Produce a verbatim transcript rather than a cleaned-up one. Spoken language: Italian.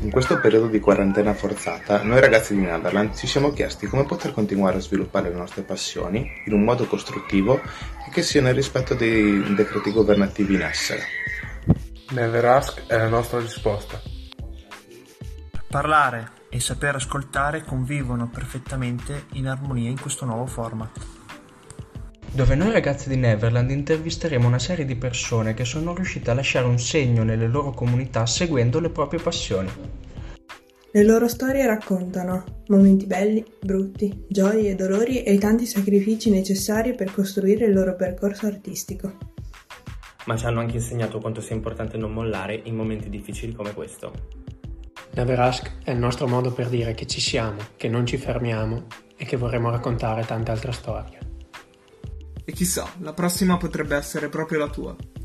In questo periodo di quarantena forzata, noi ragazzi di Neverland ci siamo chiesti come poter continuare a sviluppare le nostre passioni in un modo costruttivo e che sia nel rispetto dei decreti governativi in essere. Never Ask è la nostra risposta. Parlare e saper ascoltare convivono perfettamente in armonia in questo nuovo format, dove noi ragazzi di Neverland intervisteremo una serie di persone che sono riuscite a lasciare un segno nelle loro comunità seguendo le proprie passioni. Le loro storie raccontano momenti belli, brutti, gioie e dolori e i tanti sacrifici necessari per costruire il loro percorso artistico. Ma ci hanno anche insegnato quanto sia importante non mollare in momenti difficili come questo. Never Ask è il nostro modo per dire che ci siamo, che non ci fermiamo e che vorremmo raccontare tante altre storie. E chissà, la prossima potrebbe essere proprio la tua.